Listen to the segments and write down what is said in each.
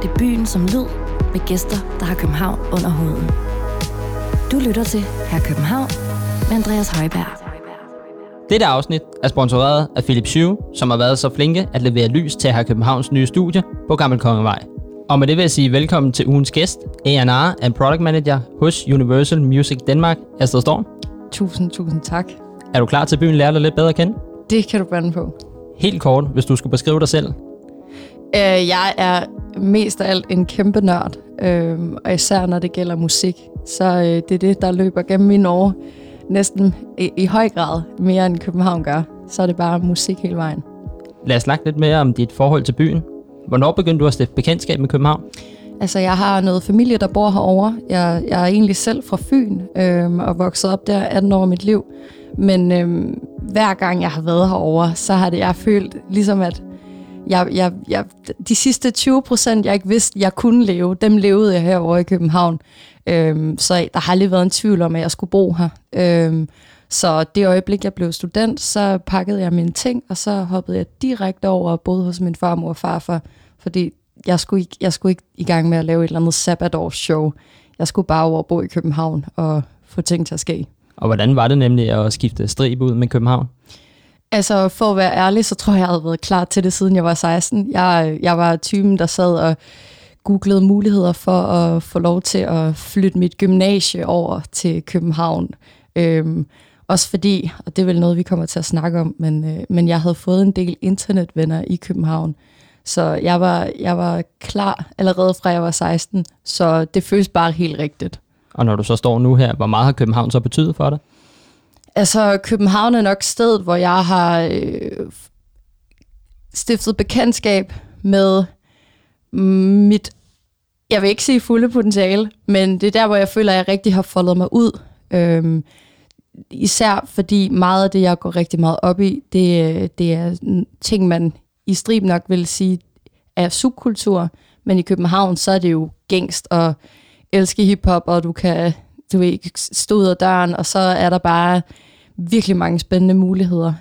Det er byen som lyd, med gæster, der har København under huden. Du lytter til Her København med Andreas Højberg. Dette afsnit er sponsoreret af Philips Hue, som har været så flinke at levere lys til Her Københavns nye studie på Gammel Kongevej. Og med det vil jeg sige velkommen til ugens gæst, A&R and Product Manager hos Universal Music Denmark, Astrid Storm. Tusind tak. Er du klar til at byen lærer dig lidt bedre at kende? Det kan du bande på. Helt kort, hvis du skulle beskrive dig selv. Jeg er mest af alt en kæmpe nørd, og især når det gælder musik. Så det er det, der løber gennem mine år. Næsten i høj grad mere end København gør. Så er det bare musik hele vejen. Lad os snakke lidt mere om dit forhold til byen. Hvornår begyndte du at stifte bekendtskab med København? Altså, jeg har noget familie, der bor herovre. Jeg er egentlig selv fra Fyn og vokset op der 18 år af mit liv. Men hver gang jeg har været herovre, så har jeg følt ligesom, at de sidste 20%, jeg ikke vidste, jeg kunne leve, dem levede jeg herovre i København. Så der har aldrig været en tvivl om, at jeg skulle bo her. Så det øjeblik, jeg blev student, så pakkede jeg mine ting, og så hoppede jeg direkte over og boede hos min farmor og farfar, fordi jeg skulle ikke i gang med at lave et eller andet sabbatårsshow. Jeg skulle bare over og bo i København og få ting til at ske. Og hvordan var det nemlig at skifte strib ud med København? Altså, for at være ærlig, så tror jeg havde været klar til det, siden jeg var 16. Jeg var typen, der sad og googlede muligheder for at få lov til at flytte mit gymnasie over til København. Også fordi, og det er vel noget, vi kommer til at snakke om, men jeg havde fået en del internetvenner i København. Så jeg var klar allerede fra jeg var 16, så det føles bare helt rigtigt. Og når du så står nu her, hvor meget har København så betydet for dig? Altså, København er nok stedet, hvor jeg har stiftet bekendtskab med mit, jeg vil ikke sige fulde potentiale, men det er der, hvor jeg føler, at jeg rigtig har foldet mig ud. Især fordi meget af det, jeg går rigtig meget op i, det er ting, man i strib nok vil sige er subkultur, men i København, så er det jo gængst og elske hiphop, og du kan stå ud af døren, og så er der bare virkelig mange spændende muligheder.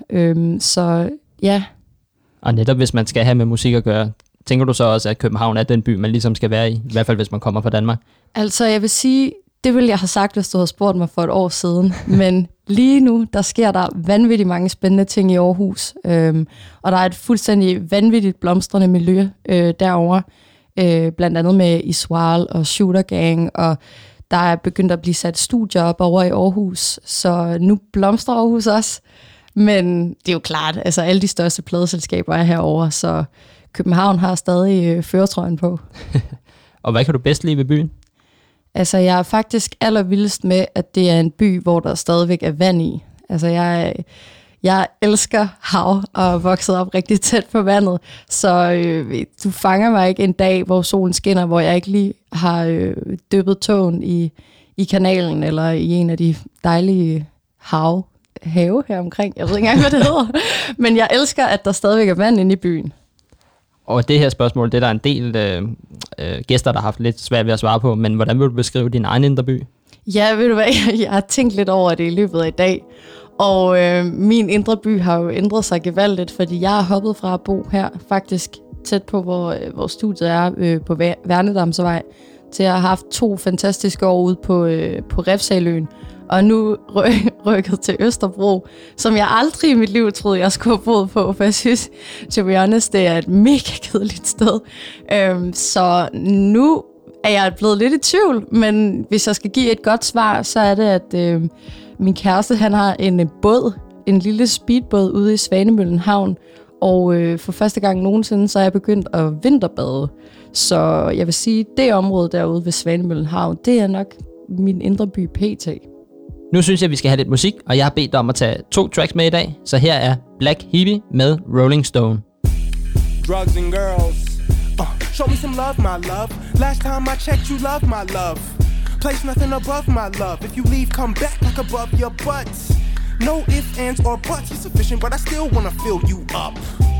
Så ja. Og netop hvis man skal have med musik at gøre, tænker du så også, at København er den by, man ligesom skal være i hvert fald hvis man kommer fra Danmark? Altså jeg vil sige, det ville jeg have sagt, hvis du havde spurgt mig for et år siden, men lige nu, der sker der vanvittigt mange spændende ting i Aarhus, og der er et fuldstændig vanvittigt blomstrende miljø derovre, blandt andet med Iswal og Shooter Gang, og der er begyndt at blive sat studier op over i Aarhus, så nu blomstrer Aarhus også. Men det er jo klart, altså alle de største pladeselskaber er herovre, så København har stadig førertrøjen på. Og hvad kan du bedst lide ved byen? Altså jeg er faktisk allervildest med, at det er en by, hvor der stadigvæk er vand i. Altså jeg elsker hav og er vokset op rigtig tæt på vandet, så du fanger mig ikke en dag, hvor solen skinner, hvor jeg ikke lige har dyppet tåen i kanalen eller i en af de dejlige have her omkring. Jeg ved ikke engang, hvad det hedder. Men jeg elsker, at der stadigvæk er vand inde i byen. Og det her spørgsmål, det er der en del gæster, der har haft lidt svært ved at svare på, men hvordan vil du beskrive din egen indre by? Ja, ved du hvad, jeg har tænkt lidt over det i løbet af i dag. Og min indre by har jo ændret sig gevaldigt, fordi jeg har hoppet fra at bo her, faktisk tæt på, hvor studiet er på Værnedamsvej, til at have haft 2 fantastiske år ude på Refshaløen, og nu rykket til Østerbro, som jeg aldrig i mit liv troede, jeg skulle have boet på, for jeg synes, to be honest, det er et mega kedeligt sted. Så nu er jeg blevet lidt i tvivl, men hvis jeg skal give et godt svar, så er det, at min kæreste, han har en båd, en lille speedbåd ude i Svanemøllen Havn, og for første gang nogensinde, så er jeg begyndt at vinterbade. Så jeg vil sige, det område derude ved Svanemøllen Havn, det er nok min indre by pt. Nu synes jeg, vi skal have lidt musik, og jeg har bedt dig om at tage 2 tracks med i dag. Så her er Black Hippie med Rolling Stone. Drugs and girls. Show me some love, my love. Last time I checked, you love my love. Place nothing above my love. If you leave, come back like above your butt. No ifs, ands, or buts is sufficient, but I still wanna fill you up.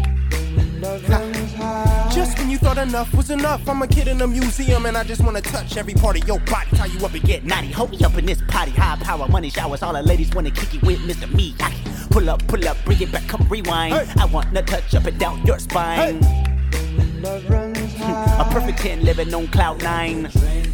Just when you thought enough was enough, I'm a kid in a museum and I just wanna touch every part of your body. Tie you up and get naughty, hold me up in this potty. High power, money showers, all the ladies wanna kick it with Mr. Miyagi. Pull up, bring it back, come rewind. Hey. I wanna touch up and down your spine. Hey. A perfect 10 living on cloud 9.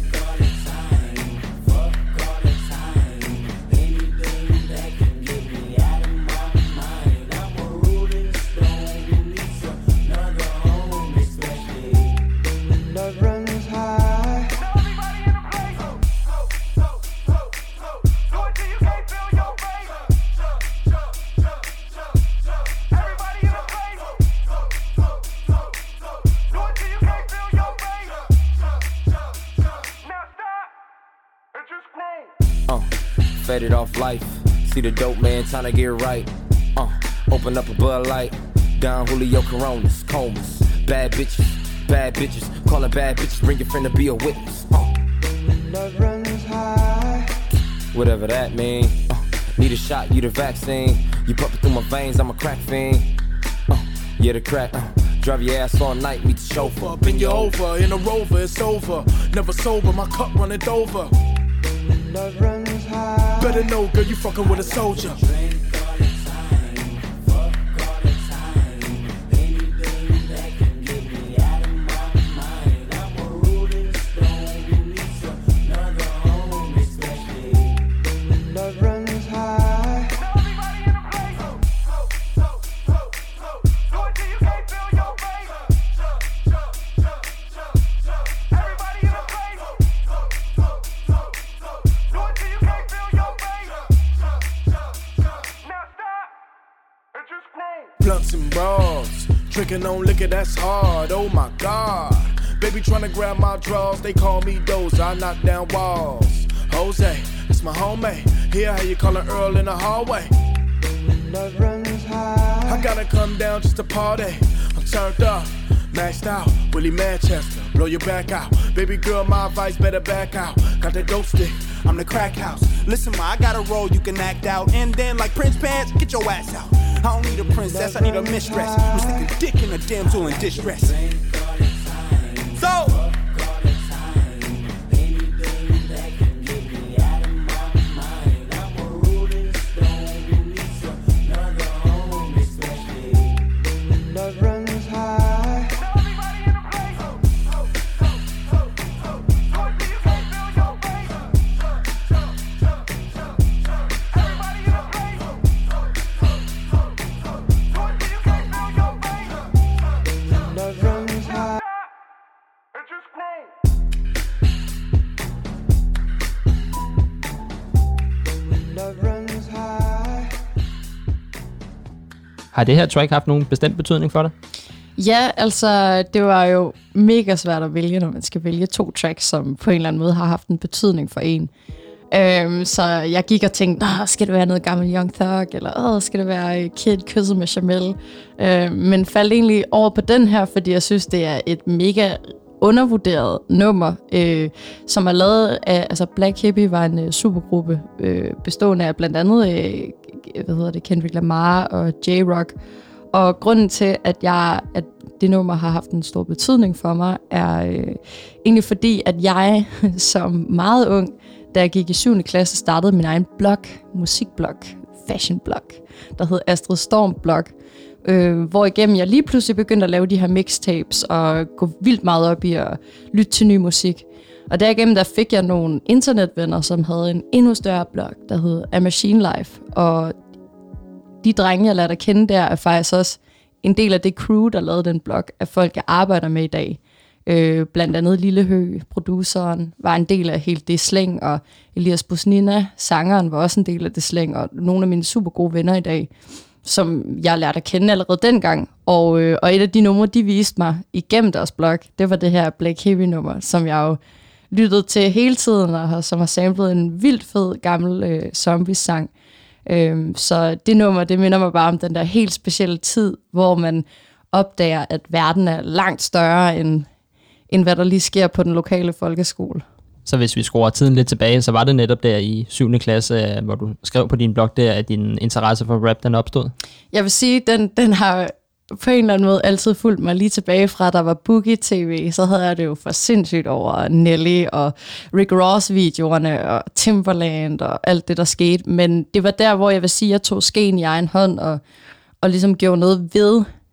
Faded off life. See the dope man trying to get right. Open up a Bud Light. Down Julio Coronas, comas. Bad bitches. Calling bad bitches, bring your friend to be a witness. Love runs high. Whatever that mean. Need a shot, you the vaccine. You pumping through my veins, I'm a crack fiend. Yeah, the crack. Drive your ass all night, meet the chauffeur. Up and you're over, in a Rover, it's over. Never sober, my cup running over. Love runs high. Better know, girl, you fucking with a soldier. Blunts and bras, drinking on liquor, that's hard, oh my God. Baby tryna grab my drawers, they call me Dozer, I knock down walls. Jose, that's my homie, hear how you callin' Earl in the hallway. Love runs high. I gotta come down just to party, I'm turned up, maxed out, Willie Manchester, blow your back out. Baby girl, my advice, better back out. Got that dope stick, I'm the crack house. Listen, ma, I got a role you can act out. And then, like Prince Pants, get your ass out. I don't need a princess, I need a mistress. I'm sticking dick in a damsel in distress. So Love runs high. Love runs high. Love runs high. Har det her track haft nogen bestemt betydning for dig? Ja, altså, det var jo mega svært at vælge, når man skal vælge 2 tracks, som på en eller anden måde har haft en betydning for en. Så jeg gik og tænkte, skal det være noget gammel Young Thug, eller skal det være Kid kysset med Jamel? Men faldt egentlig over på den her, fordi jeg synes, det er et mega undervurderet nummer, som er lavet af, altså Black Hippie var en supergruppe, bestående af blandt andet, Kendrick Lamar og J-Rock. Og grunden til, at det nummer har haft en stor betydning for mig, er egentlig fordi, at jeg som meget ung, da jeg gik i 7. klasse, startede min egen blog, musikblog, fashionblog, der hed Astrid Storm Blog, hvor igennem jeg lige pludselig begyndte at lave de her mixtapes og gå vildt meget op i at lytte til ny musik. Og derigennem der fik jeg nogle internetvenner, som havde en endnu større blog, der hed A Machine Life. Og de drenge, jeg lærte at kende der, er faktisk også en del af det crew, der lavede den blog, af folk, jeg arbejder med i dag. Blandt andet Lille Høg, produceren, var en del af helt det slæng, og Elias Busnina, sangeren, var også en del af det slæng, og nogle af mine super gode venner i dag, som jeg lærte at kende allerede dengang. Og et af de numre, de viste mig igennem deres blog, det var det her Black Hippie-nummer, som jeg jo lyttede til hele tiden, og som har samlet en vildt fed gammel zombie-sang. Så det nummer, det minder mig bare om den der helt specielle tid, hvor man opdager, at verden er langt større, end hvad der lige sker på den lokale folkeskole. Så hvis vi skruer tiden lidt tilbage, så var det netop der i 7. klasse, hvor du skrev på din blog der, at din interesse for rap, den opstod? Jeg vil sige, den har på en eller anden måde altid fulgt mig lige tilbage fra, der var Boogie TV, så havde jeg det jo for sindssygt over Nelly og Rick Ross-videoerne og Timbaland og alt det, der skete. Men det var der, hvor jeg vil sige, at jeg tog skeen i egen hånd og ligesom gjorde noget ved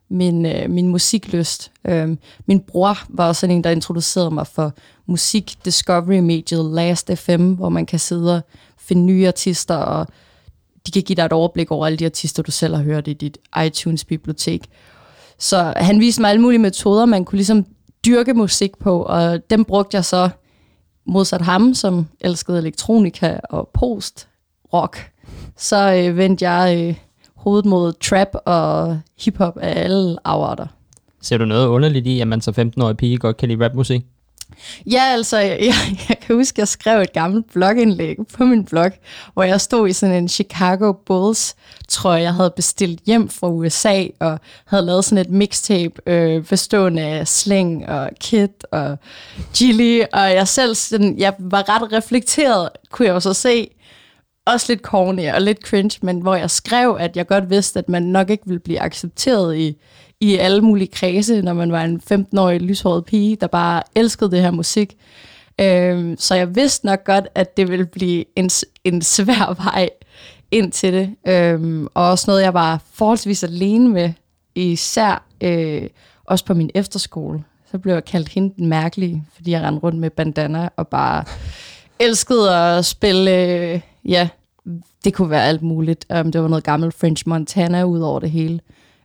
min musiklyst. Min bror var også sådan en, der introducerede mig for musik discovery-mediet Last FM, hvor man kan sidde og finde nye artister, og de kan give dig et overblik over alle de artister, du selv har hørt i dit iTunes-bibliotek. Så han viste mig alle mulige metoder, man kunne ligesom dyrke musik på, og dem brugte jeg så modsat ham, som elskede elektronika og post-rock. Så vendte jeg hovedet mod trap og hiphop af alle afarter. Ser du noget underligt i, at man som 15-årig pige godt kan lide rapmusik? Ja, altså, jeg kan huske, at jeg skrev et gammelt blogindlæg på min blog, hvor jeg stod i sådan en Chicago Bulls trøje, jeg havde bestilt hjem fra USA, og havde lavet sådan et mixtape bestående af Sling og Kid og Gilly, og jeg selv sådan, jeg var ret reflekteret, kunne jeg jo så se. Også lidt corny og lidt cringe, men hvor jeg skrev, at jeg godt vidste, at man nok ikke ville blive accepteret i alle mulige kredse, når man var en 15-årig lyshåret pige, der bare elskede det her musik. Så jeg vidste nok godt, at det ville blive en svær vej ind til det. Og også noget, jeg var forholdsvis alene med, især også på min efterskole. Så blev jeg kaldt hende den mærkelige, fordi jeg rendte rundt med bandana og bare elskede at spille... Ja, det kunne være alt muligt. Det var noget gammelt French Montana ud over det hele.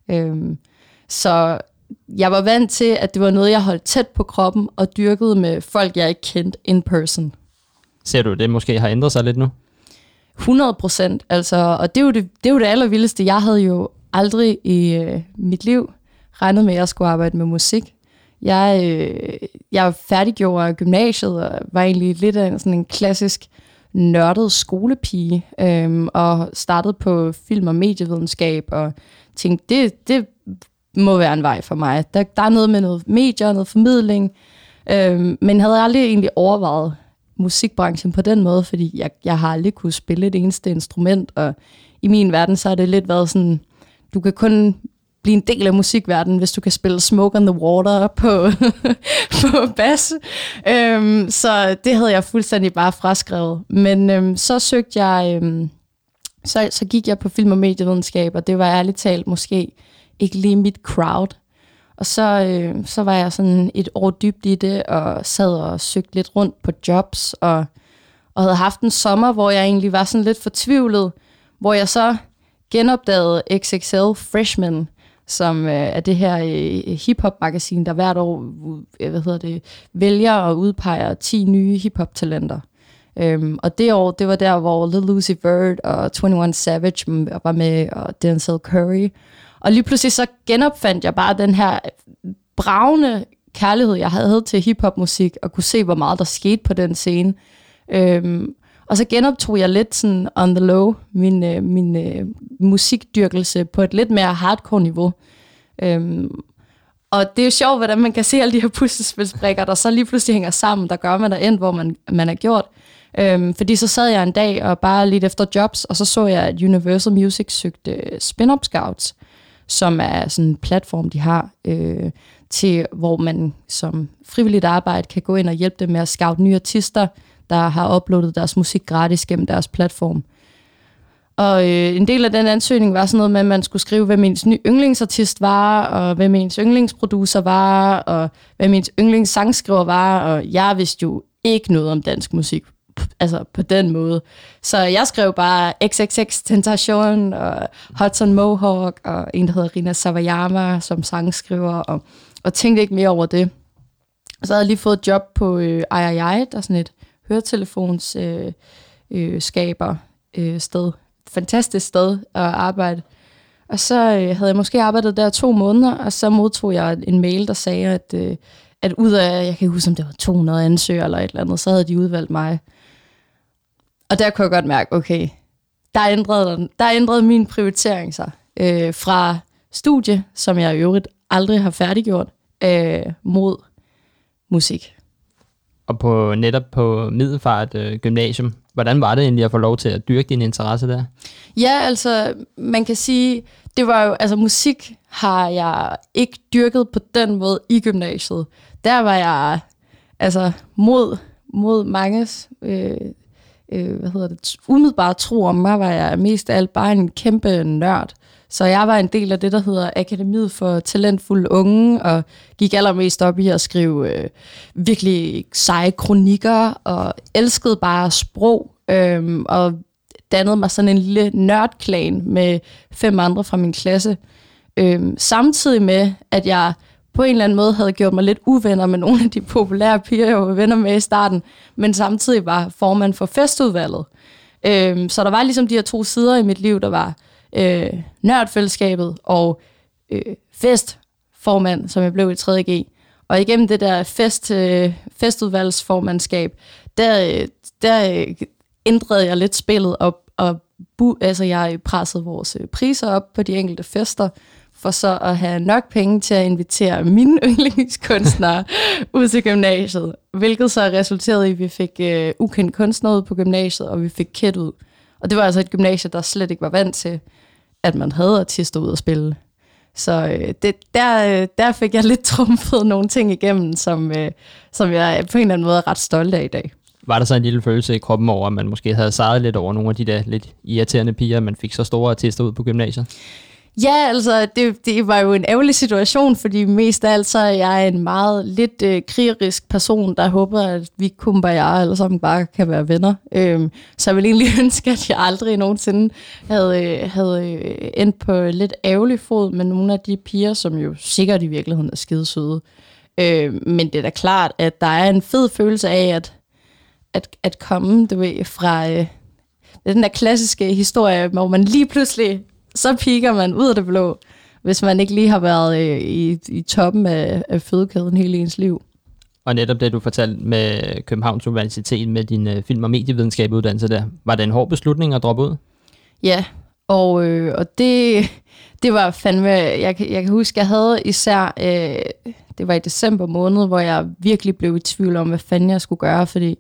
Så jeg var vant til, at det var noget, jeg holdt tæt på kroppen og dyrkede med folk, jeg ikke kendte in person. Ser du, det måske har ændret sig lidt nu? 100%. Altså, og det er jo det allervildeste. Jeg havde jo aldrig i mit liv regnet med, at jeg skulle arbejde med musik. Jeg færdiggjorde gymnasiet og var egentlig lidt af sådan en klassisk nørdet skolepige, og startede på film- og medievidenskab, og tænkte, det må være en vej for mig. Der er noget med noget medier, noget formidling, men havde aldrig egentlig overvejet musikbranchen på den måde, fordi jeg har aldrig kunne spille et eneste instrument, og i min verden, så har det lidt været sådan, du kan kun blive en del af musikverdenen, hvis du kan spille Smoke on the Water på bas. Så det havde jeg fuldstændig bare fraskrevet. Men så søgte jeg, så gik jeg på film- og medievidenskab, og det var ærligt talt måske ikke lige mit crowd. Og så var jeg sådan et år dybt i det, og sad og søgte lidt rundt på jobs, og havde haft en sommer, hvor jeg egentlig var sådan lidt fortvivlet, hvor jeg så genopdagede XXL Freshman, som er det her hip-hop-magasin, der hvert år vælger og udpeger 10 nye hip-hop-talenter. Og det år, det var der, hvor Lil Uzi Vert og 21 Savage var med, og Denzel Curry. Og lige pludselig så genopfandt jeg bare den her bravende kærlighed, jeg havde til hip-hop-musik, og kunne se, hvor meget der skete på den scene. Og så genoptog jeg lidt sådan on the low min musikdyrkelse på et lidt mere hardcore niveau. Og det er jo sjovt, hvordan man kan se alle de her puslespilsbrikker, der så lige pludselig hænger sammen, der gør, man er endt, hvor man er gjort. Fordi så sad jeg en dag og bare lidt efter jobs, og så jeg, at Universal Music søgte Spin-Up Scouts, som er sådan en platform, de har, til hvor man som frivilligt arbejde kan gå ind og hjælpe dem med at scout nye artister, der har uploadet deres musik gratis gennem deres platform. Og en del af den ansøgning var sådan noget med, at man skulle skrive, hvem ens nye yndlingsartist var, og hvem ens yndlingsproducer var, og hvem ens yndlingssangskriver var, og jeg vidste jo ikke noget om dansk musik, altså på den måde. Så jeg skrev bare XXX Tentacion, og Hudson Mohawk, og en, der hedder Rina Sawayama som sangskriver, og tænkte ikke mere over det. Og så havde jeg lige fået et job på III, der er sådan et høretelefons skaber sted. Fantastisk sted at arbejde. Og så havde jeg måske arbejdet der 2 måneder, og så modtog jeg en mail, der sagde, at ud af, jeg kan ikke huske, om det var 200 ansøgere eller et eller andet, så havde de udvalgt mig. Og der kunne jeg godt mærke, okay, der ændrede min prioritering sig fra studie, som jeg i øvrigt aldrig har færdiggjort, mod musik. Og netop på Middelfart Gymnasium, hvordan var det egentlig at få lov til at dyrke din interesse der? Ja, altså man kan sige, det var jo, altså musik har jeg ikke dyrket på den måde i gymnasiet. Der var jeg altså mod manges umiddelbare tro om mig, var jeg mest af alt bare en kæmpe nørd, Så jeg var en del af det, der hedder Akademiet for Talentfulde Unge, og gik allermest op i at skrive virkelig seje kronikker, og elskede bare sprog, og dannede mig sådan en lille nørdklan med 5 andre fra min klasse. Samtidig med, at jeg på en eller anden måde havde gjort mig lidt uvenner med nogle af de populære piger, jeg var venner med i starten, men samtidig var formand for festudvalget. Så der var ligesom de her 2 sider i mit liv, der var nørdfællesskabet og festformand, som jeg blev i 3.G. Og igennem det der festudvalgsformandskab, der ændrede jeg lidt spillet op, og altså jeg pressede vores priser op på de enkelte fester, for så at have nok penge til at invitere mine yndlingskunstnere ud til gymnasiet. Hvilket så resulterede i, at vi fik ukendt kunstner ud på gymnasiet, og vi fik Kid ud. Og det var altså et gymnasie, der slet ikke var vant til, at man havde artister ud at spille. Så der fik jeg lidt trumfet nogle ting igennem, som jeg på en eller anden måde er ret stolt af i dag. Var der så en lille følelse i kroppen over, at man måske havde sejret lidt over nogle af de der lidt irriterende piger, man fik så store artister ud på gymnasiet? Ja, altså det var jo en ærgerlig situation, fordi mest af alt så er jeg en meget lidt krigerisk person, der håber, at vi kumbaya alle sammen bare kan være venner. Så jeg vil egentlig ønske, at jeg aldrig nogensinde havde endt på lidt ærgerlig fod med nogle af de piger, som jo sikkert i virkeligheden er skidesøde. Men det er da klart, at der er en fed følelse af at komme, du ved, fra den der klassiske historie, hvor man lige pludselig så piker man ud af det blå, hvis man ikke lige har været i toppen af fødekæden hele ens liv. Og netop det, du fortalte med Københavns Universitet med din film- og medievidenskab uddannelse der, var det en hård beslutning at droppe ud? Ja, og det var fandme, jeg kan huske, jeg havde især, det var i december måned, hvor jeg virkelig blev i tvivl om, hvad fanden jeg skulle gøre, fordi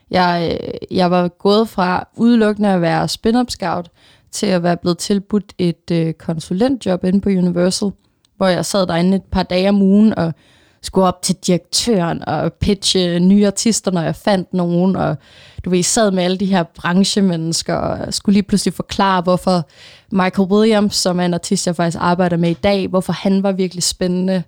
jeg var gået fra udelukkende at være spin-up scout, til at være blevet tilbudt et konsulentjob inde på Universal, hvor jeg sad derinde et par dage om ugen og skulle op til direktøren og pitche nye artister, når jeg fandt nogen, og du ved, sad med alle de her branchemennesker og skulle lige pludselig forklare, hvorfor Michael Williams, som er en artist, jeg faktisk arbejder med i dag, hvorfor han var virkelig spændende.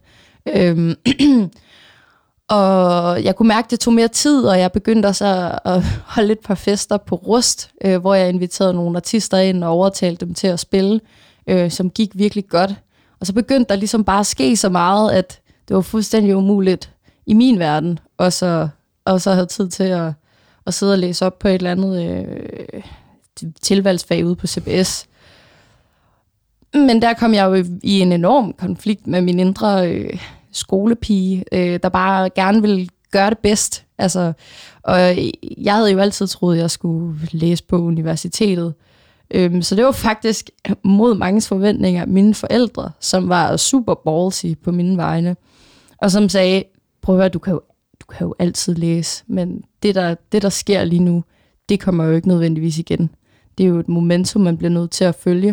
Og jeg kunne mærke, at det tog mere tid, og jeg begyndte også at holde lidt par fester på Rust, hvor jeg inviterede nogle artister ind og overtalte dem til at spille, som gik virkelig godt. Og så begyndte der ligesom bare at ske så meget, at det var fuldstændig umuligt i min verden, og så have tid til at sidde og læse op på et eller andet tilvalgsfag ude på CBS. Men der kom jeg jo i en enorm konflikt med min indre skolepige, der bare gerne ville gøre det bedst. Altså, og jeg havde jo altid troet, at jeg skulle læse på universitetet. Så det var faktisk mod manges forventninger mine forældre, som var super ballsy på mine vegne, og som sagde, prøv at høre, du kan jo altid læse, men det der sker lige nu, det kommer jo ikke nødvendigvis igen. Det er jo et momentum, man bliver nødt til at følge.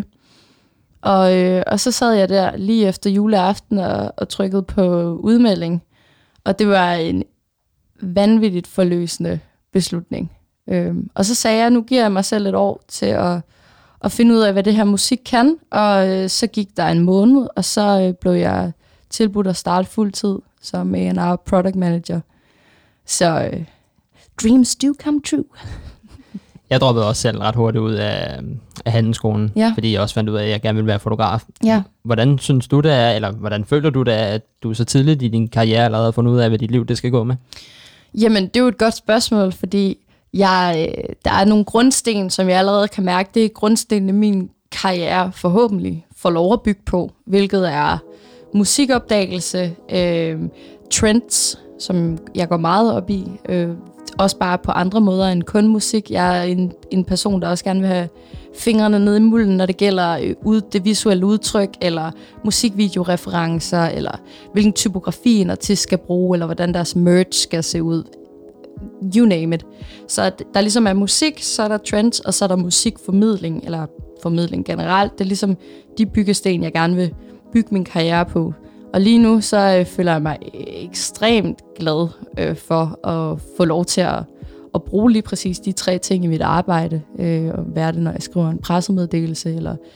Og så sad jeg der lige efter juleaften og trykkede på udmelding, og det var en vanvittigt forløsende beslutning. Og så sagde jeg, nu giver jeg mig selv et år til at finde ud af, hvad det her musik kan, og så gik der en måned, og så blev jeg tilbudt at starte fuldtid som A&R product manager. Så dreams do come true. Jeg droppede også selv ret hurtigt ud af handelsskolen, fordi jeg også fandt ud af, at jeg gerne ville være fotograf. Ja. Hvordan synes du det er, eller hvordan føler du det er, at du så tidligt i din karriere allerede har fundet ud af, hvad dit liv det skal gå med? Jamen, det er jo et godt spørgsmål, fordi der er nogle grundsten, som jeg allerede kan mærke, det er grundstenene min karriere forhåbentlig får lov at bygge på, hvilket er musikopdagelse, trends, som jeg går meget op i, også bare på andre måder end kun musik. Jeg er en person, der også gerne vil have fingrene nede i mulden, når det gælder det visuelle udtryk, eller musikvideoreferencer, eller hvilken typografi en artist skal bruge, eller hvordan deres merch skal se ud. You name it. Så der ligesom er musik, så er der trends, og så er der musikformidling, eller formidling generelt. Det er ligesom de byggesten, jeg gerne vil bygge min karriere på. Og lige nu, så føler jeg mig ekstremt glad for at få lov til at bruge lige præcis de 3 ting i mit arbejde. Og være det, når jeg skriver en pressemeddelelse, eller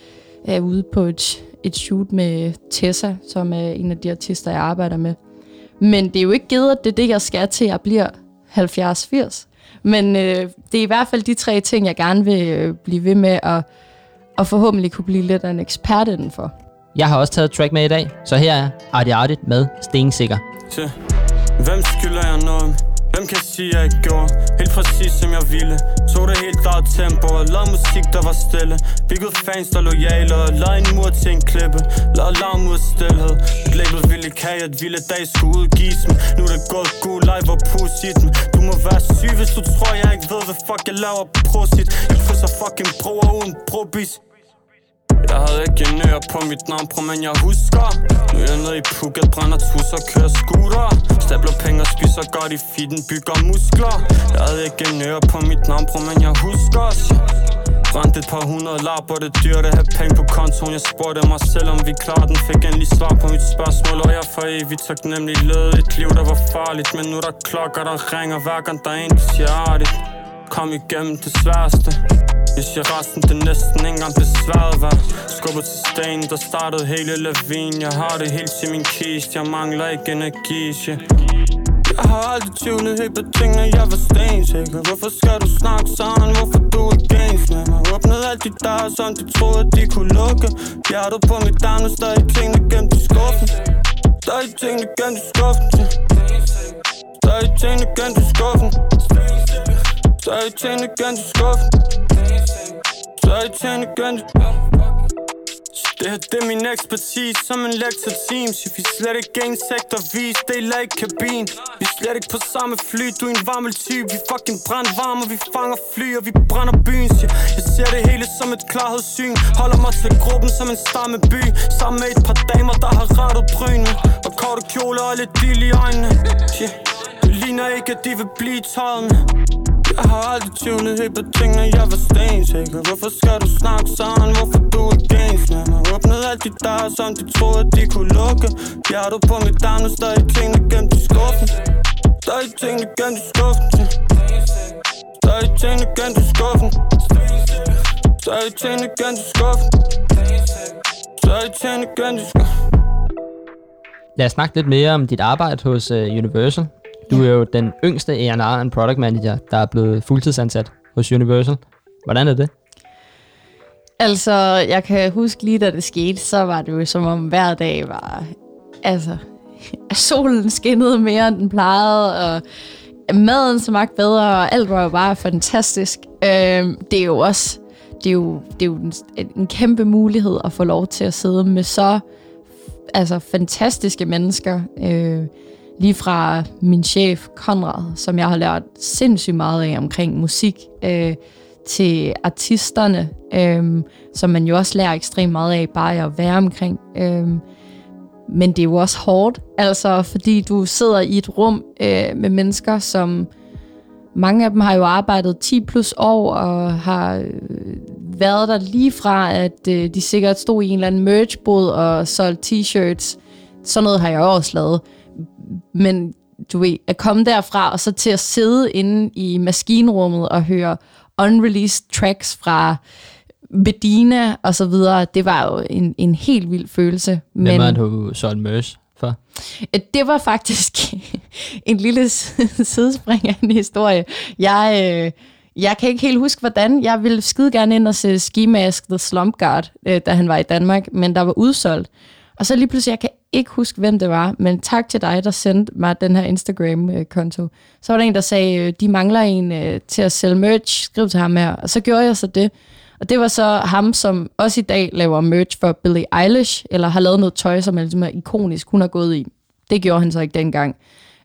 er ude på et shoot med Tessa, som er en af de artister, jeg arbejder med. Men det er jo ikke givet, at det er det, jeg skal til, jeg bliver 70-80. Men det er i hvert fald de 3 ting, jeg gerne vil blive ved med at forhåbentlig kunne blive lidt af en ekspert indenfor. Jeg har også taget et track med i dag, så her er Arti Artit med Stensikker. Hvem skylder jeg noget? Hvem kan sige, jeg ikke gjorde? Helt præcis som jeg ville. Tog det helt klart tempo og lavede musik, der var stille. Byggede fans, der lojale og lavede en mur til en klippe. Lavede larm ud af stillhed. Et label ville ikke have, at vilde dag skulle udgives mig. Nu er det gået god live og pus i den. Du må være syg, hvis du tror, jeg ikke ved, hvad fuck jeg laver på prosit. Jeg krydser fucking broer uden brobis. Jeg havde ikke en øre på mit navn, men jeg husker. Nu er jeg nede i Phuket, brænder tusser, kører scooter. Stabler penge og spiser godt i fitten, bygger muskler. Jeg havde ikke en øre på mit navn, men jeg husker. Brændte et par 100 lapper, det er dyrt at have penge på kontoen. Jeg spurgte mig selv, om vi klarer den. Fik endelig svar på mit spørgsmål, og jeg for evigt taknemmelig levede et liv, der var farligt. Men nu er der klokker, der ringer hver gang der er en, der siger artigt. Kom igennem det sværeste. Jeg siger resten, det er næsten ikke engang det svært værd. Skubber til stenen, der startede hele lavinen. Jeg har det helt til min kist, jeg mangler ikke energi, shit. Jeg har aldrig tvivlet helt på tingene, jeg var stensikker. Hvorfor skal du snakke sådan, hvorfor du ikke ens med mig? Åbnede alt de døre, som de troede, at de kunne lukke. Hjertet på mit darm, og stadig tingene gemt i skuffen. Stadig tingene gemt i skuffen. Stadig tingene gemt i skuffen. Stadig tingene gemt i skuffen. Stadig tingene gemt i skuffen. Det er min ekspertise som en lektor teams. Vi slet ikke insekter, vi deler ikke kabin. Vi slet ikke på samme fly, du er en varmel type. Vi fucking brandvarme, vi fanger fly, og vi brænder byen. Jeg ser det hele som et klarhedssyn. Holder mig til gruppen som en stammeby. Sammen med et par damer, der har rettet brynene. Og korte kjoler og lidt dild i øjnene. Det ligner ikke, at de vil blive tøjet med. Jeg har aldrig tvivlet helt på tingene, jeg var stensikker. Hvorfor skal du snakke sådan, hvorfor du ikke ens med mig? Åbnede alt de døre, som de troede, at de kunne lukke. Hjertet på mit darm, og stadig tingene gemt i skuffen. Stadig tingene gemt i skuffen. Stadig tingene gemt i skuffen. Stadig tingene gemt i skuffen. Stadig tingene gemt i skuffen. Lad os snakke lidt mere om dit arbejde hos Universal. Du er jo den yngste A&R and Product Manager, der er blevet fuldtidsansat hos Universal. Hvordan er det? Altså, jeg kan huske lige da det skete, så var det jo som om hver dag var... Altså, solen skinnede mere end den plejede, og maden smagte bedre, og alt var jo bare fantastisk. Det er jo også... Det er jo en kæmpe mulighed at få lov til at sidde med så fantastiske mennesker. Lige fra min chef, Konrad, som jeg har lært sindssygt meget af omkring musik, til artisterne, som man jo også lærer ekstremt meget af bare at være omkring. Men det er jo også hårdt, altså fordi du sidder i et rum med mennesker, som mange af dem har jo arbejdet 10 plus år og har været der lige fra, at de sikkert stod i en eller anden merchbod og solgte t-shirts. Sådan noget har jeg også lavet. Men du ved, at komme derfra og så til at sidde inde i maskinrummet og høre unreleased tracks fra Medina og så videre, det var jo en helt vild følelse. Hvem har du solgt merch for? Det var faktisk en lille sidespring af en historie. Jeg kan ikke helt huske, hvordan. Jeg ville skide gerne ind og se Ski Mask The Slump Guard, da han var i Danmark, men der var udsolgt. Og så lige pludselig, jeg kan ikke huske, hvem det var, men tak til dig, der sendte mig den her Instagram-konto. Så var der en, der sagde, de mangler en til at sælge merch, skriv til ham her. Og så gjorde jeg så det. Og det var så ham, som også i dag laver merch for Billie Eilish, eller har lavet noget tøj, som er ikonisk, hun har gået i. Det gjorde han så ikke dengang.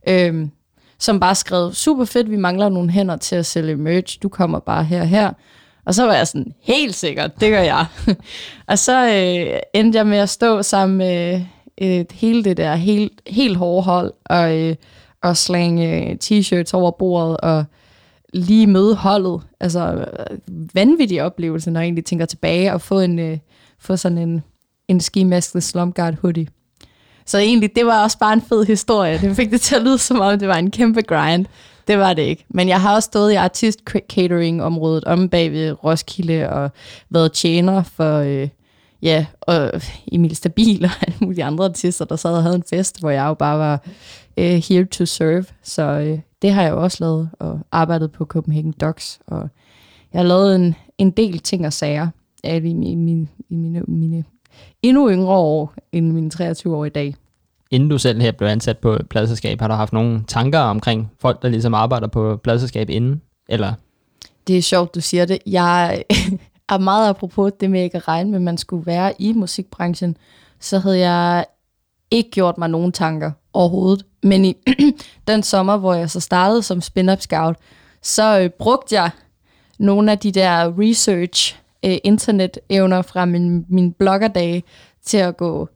Som bare skrev, super fedt, vi mangler nogle hænder til at sælge merch, du kommer bare her. Og så var jeg sådan, helt sikkert, det gør jeg. Og så endte jeg med at stå sammen med hele det der helt hårde hold, og slænge t-shirts over bordet, og lige møde holdet. Altså, vanvittig oplevelse, når jeg egentlig tænker tilbage, og få sådan en Ski Mask The Slump Guard hoodie. Så egentlig, det var også bare en fed historie. Det fik det til at lyde, som om det var en kæmpe grind. Det var det ikke. Men jeg har også stået i artist-catering-området om bag ved Roskilde og været tjener for ja, og Emil Stabil og alle mulige andre artister, der sad og havde en fest, hvor jeg jo bare var here to serve. Så det har jeg jo også lavet, og arbejdet på Copenhagen Docs, og jeg har lavet en del ting og sager i mine endnu yngre år, end mine 23 år i dag. Inden du selv her blev ansat på et pladeselskab, har du haft nogle tanker omkring folk, der ligesom arbejder på et pladeselskab inden? Eller? Det er sjovt, du siger det. Jeg er meget apropos det med ikke at regne med, at man skulle være i musikbranchen, så havde jeg ikke gjort mig nogen tanker overhovedet. Men i den sommer, hvor jeg så startede som spin-up scout, så brugte jeg nogle af de der research internet-evner fra min bloggerdage til at gå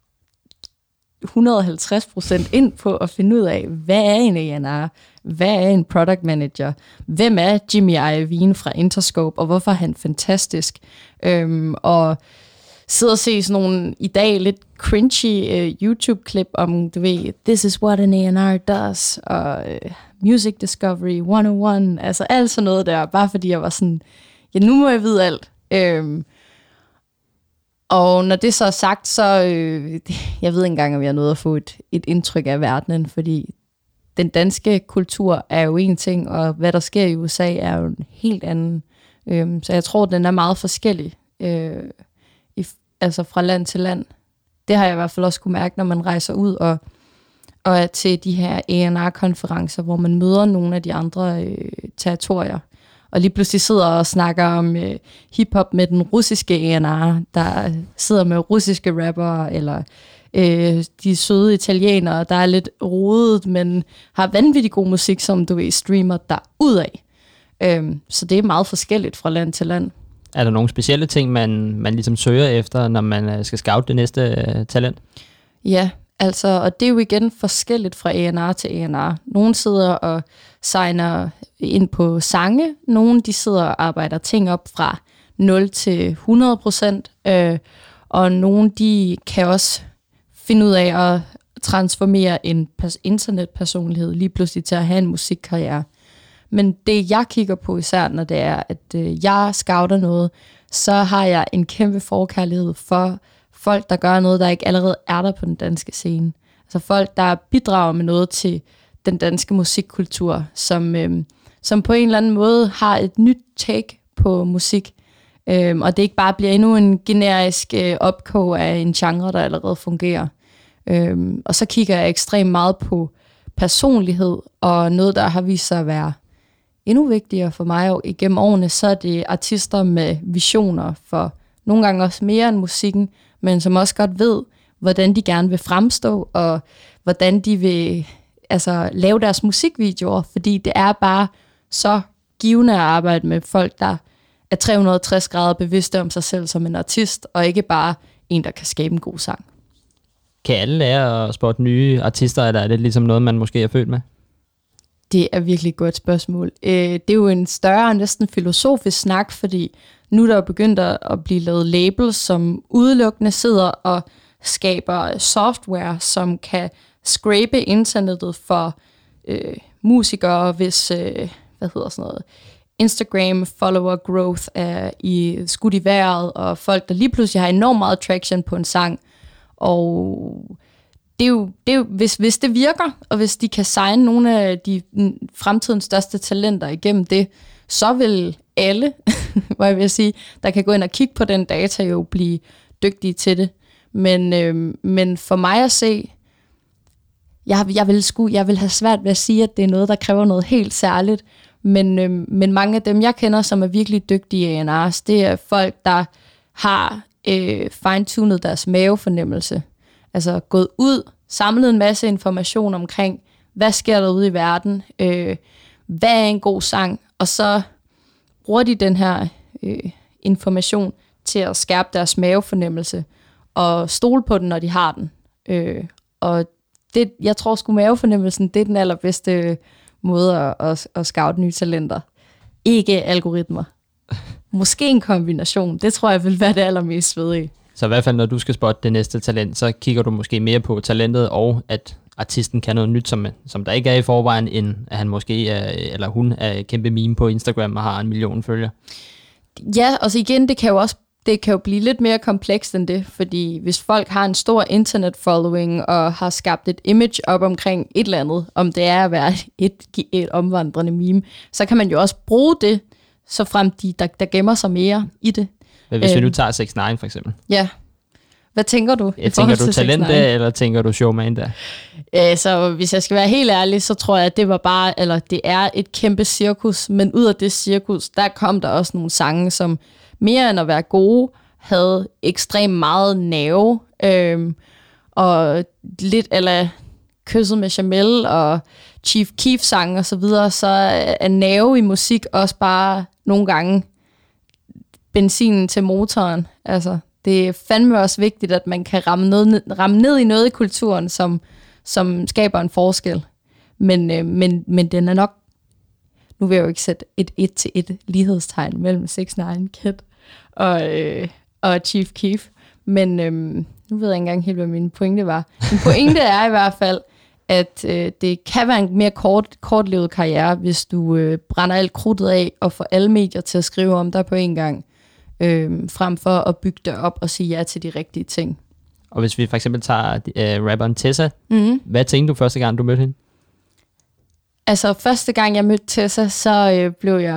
150% ind på at finde ud af, hvad er en A&R, hvad er en product manager, hvem er Jimmy Iovine fra Interscope, og hvorfor er han fantastisk, og sidde og se sådan nogle i dag lidt cringy YouTube-klip om, du ved, this is what an A&R does, og Music Discovery 101, altså alt sådan noget der, bare fordi jeg var sådan, ja, nu må jeg vide alt. Og når det så er sagt, så jeg ved ikke engang, om jeg er nødt at få et indtryk af verdenen, fordi den danske kultur er jo en ting, og hvad der sker i USA er jo en helt anden. Så jeg tror, den er meget forskellig, altså fra land til land. Det har jeg i hvert fald også kunne mærke, når man rejser ud og er til de her A&R-konferencer, hvor man møder nogle af de andre territorier. Og lige pludselig sidder og snakker om hiphop med den russiske A&R, der sidder med russiske rappere, eller de søde italienere, der er lidt rodet, men har vanvittig god musik, som du ved, streamer derudad. Så det er meget forskelligt fra land til land. Er der nogle specielle ting, man ligesom søger efter, når man skal scout det næste talent? Ja, altså, og det er jo igen forskelligt fra A&R til A&R. Nogle sidder og signer ind på sange, nogle de sidder og arbejder ting op fra 0 til 100%, og nogle de kan også finde ud af at transformere en internetpersonlighed lige pludselig til at have en musikkarriere. Men det jeg kigger på især, når det er, at jeg scouter noget, så har jeg en kæmpe forkærlighed for folk, der gør noget, der ikke allerede er der på den danske scene. Altså folk, der bidrager med noget til den danske musikkultur, som på en eller anden måde har et nyt take på musik. Og det ikke bare bliver endnu en generisk opkog af en genre, der allerede fungerer. Og så kigger jeg ekstremt meget på personlighed, og noget, der har vist sig at være endnu vigtigere for mig igennem årene, så er det artister med visioner for nogle gange også mere end musikken, men som også godt ved, hvordan de gerne vil fremstå, og hvordan de vil lave deres musikvideoer, fordi det er bare så givende at arbejde med folk, der er 360 grader bevidste om sig selv som en artist, og ikke bare en, der kan skabe en god sang. Kan alle lære at spotte nye artister, eller er det ligesom noget, man måske er født med? Det er virkelig et godt spørgsmål. Det er jo en større, næsten filosofisk snak, fordi nu er der jo begyndt at blive lavet labels, som udelukkende sidder og skaber software, som kan scrape internettet for musikere, hvis Instagram follower growth er skudt i vejret, og folk, der lige pludselig har enormt meget traction på en sang. Og det er jo hvis det virker, og hvis de kan signe nogle af de fremtidens største talenter igennem det, så vil alle, hvad jeg vil sige, der kan gå ind og kigge på den data, jo blive dygtige til det. Men for mig at se, jeg vil have svært ved at sige, at det er noget, der kræver noget helt særligt. Men mange af dem, jeg kender, som er virkelig dygtige A&R's, det er folk, der har fine-tunet deres mavefornemmelse. Altså gået ud, samlet en masse information omkring, hvad sker der ude i verden, hvad er en god sang, og så bruger de den her information til at skærpe deres mavefornemmelse, og stole på den, når de har den. Og det, jeg tror sgu mavefornemmelsen, det er den allerbedste måde at scoute nye talenter. Ikke algoritmer. Måske en kombination. Det tror jeg vil være det allermest svedige. Så i hvert fald, når du skal spotte det næste talent, så kigger du måske mere på talentet, og at artisten kan noget nyt, som der ikke er i forvejen, end at han måske er, eller hun er kæmpe meme på Instagram og har 1 million følgere. Ja, og så igen, det kan jo også det kan jo blive lidt mere komplekst end det, fordi hvis folk har en stor internet-following og har skabt et image op omkring et eller andet, om det er at være et omvandrende meme, så kan man jo også bruge det, så frem der gemmer sig mere i det. Men hvis vi nu tager 6ix9ine for eksempel. Ja. Hvad tænker du? Tænker du talent der, eller tænker du showman der? Så hvis jeg skal være helt ærlig, så tror jeg, at det er et kæmpe cirkus, men ud af det cirkus, der kom der også nogle sange, som mere end at være gode, havde ekstremt meget nerve, og lidt eller Kysset med Jamel og Chief Keef sang og så videre, så er nerve i musik også bare nogle gange benzinen til motoren. Altså, det er fandme også vigtigt, at man kan ramme ned i noget i kulturen, som skaber en forskel. Men den er nok, nu vil jeg jo ikke sætte et 1-1 lighedstegn mellem 6ix9ine, Kid og Chief Keef, men nu ved jeg ikke engang helt, hvad min pointe var. Min pointe er i hvert fald, at det kan være en mere kortlevet karriere, hvis du brænder alt krudtet af og får alle medier til at skrive om dig på en gang, frem for at bygge det op og sige ja til de rigtige ting. Og hvis vi for eksempel tager rapperen Tessa, hvad tænkte du første gang, du mødte hende? Altså, første gang jeg mødte Tessa, så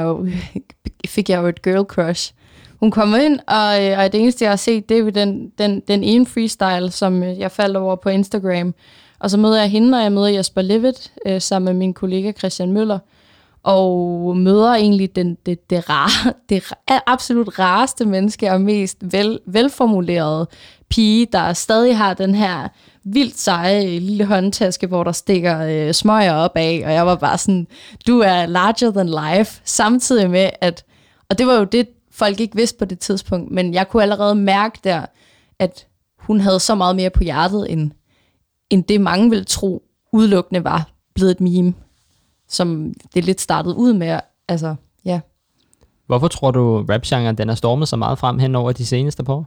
fik jeg jo et girl crush. Hun kom ind, og det eneste, jeg har set, det er jo den ene freestyle, som jeg faldt over på Instagram. Og så møder jeg hende, og jeg møder Jesper Levitt, sammen med min kollega Christian Møller, og møder egentlig det absolut rareste menneske, og mest velformulerede pige, der stadig har den her vildt seje lille håndtaske, hvor der stikker smøger op af, og jeg var bare sådan, du er larger than life, samtidig med, og det var jo det, folk ikke vidste på det tidspunkt, men jeg kunne allerede mærke der, at hun havde så meget mere på hjertet, end det mange ville tro, udelukkende var blevet et meme, som det lidt startede ud med, altså, ja. Hvorfor tror du, rap-genren, den er stormet så meget frem hen over de seneste par år?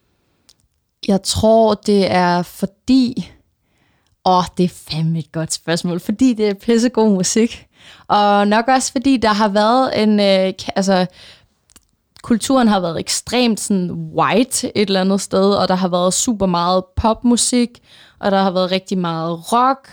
Jeg tror, det er fordi, det er fandme et godt spørgsmål, fordi det er pissegod musik, og nok også fordi der har været kulturen har været ekstremt sådan white et eller andet sted, og der har været super meget popmusik, og der har været rigtig meget rock,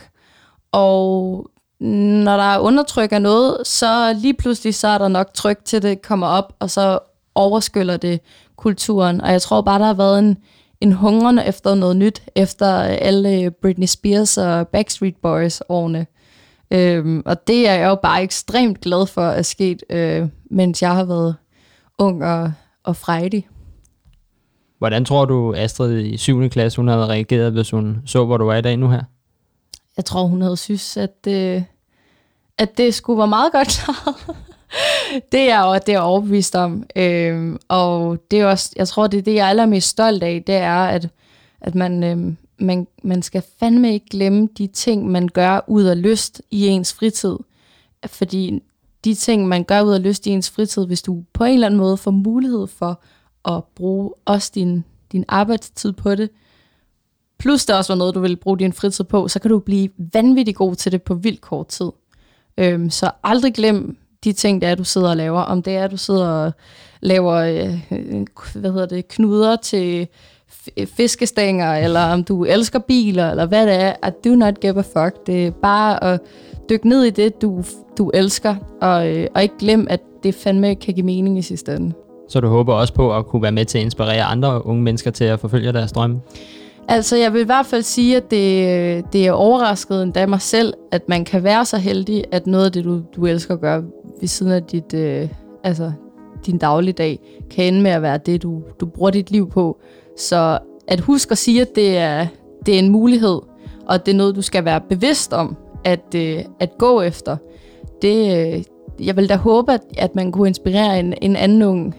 og når der undertrykker noget, så lige pludselig så er der nok tryk til det kommer op, og så overskyller det kulturen, og jeg tror bare, der har været en hungerne efter noget nyt, efter alle Britney Spears og Backstreet Boys årene. Og det er jeg jo bare ekstremt glad for at sket, mens jeg har været ung og frejdig. Hvordan tror du, Astrid i 7. klasse, hun havde reageret, hvis hun så, hvor du er i dag nu her? Jeg tror, hun havde synes, at det skulle være meget godt klaret. Det er overbevist om. Og det er også, jeg tror, det er det, jeg er allermest stolt af, det er, at man skal fandme ikke glemme de ting, man gør ud af lyst i ens fritid. Fordi de ting, man gør ud af lyst i ens fritid, hvis du på en eller anden måde får mulighed for at bruge også din arbejdstid på det, plus der også var noget, du vil bruge din fritid på, så kan du blive vanvittig god til det på vildt kort tid. Så aldrig glem de ting, der er, du sidder og laver. Om det er, at du sidder og laver knuder til fiskestænger, eller om du elsker biler, eller hvad det er, at do not give a fuck. Det er bare at dykke ned i det, du elsker, og ikke glem, at det fandme kan give mening i sidste ende. Så du håber også på at kunne være med til at inspirere andre unge mennesker til at forfølge deres drømme? Altså, jeg vil i hvert fald sige, at det er overrasket endda mig selv, at man kan være så heldig, at noget af det, du elsker at gøre ved siden af din dagligdag, kan ende med at være det, du bruger dit liv på. Så at huske at sige, at det er en mulighed, og at det er noget, du skal være bevidst om, at gå efter. Jeg vil da håbe, at man kunne inspirere en anden ung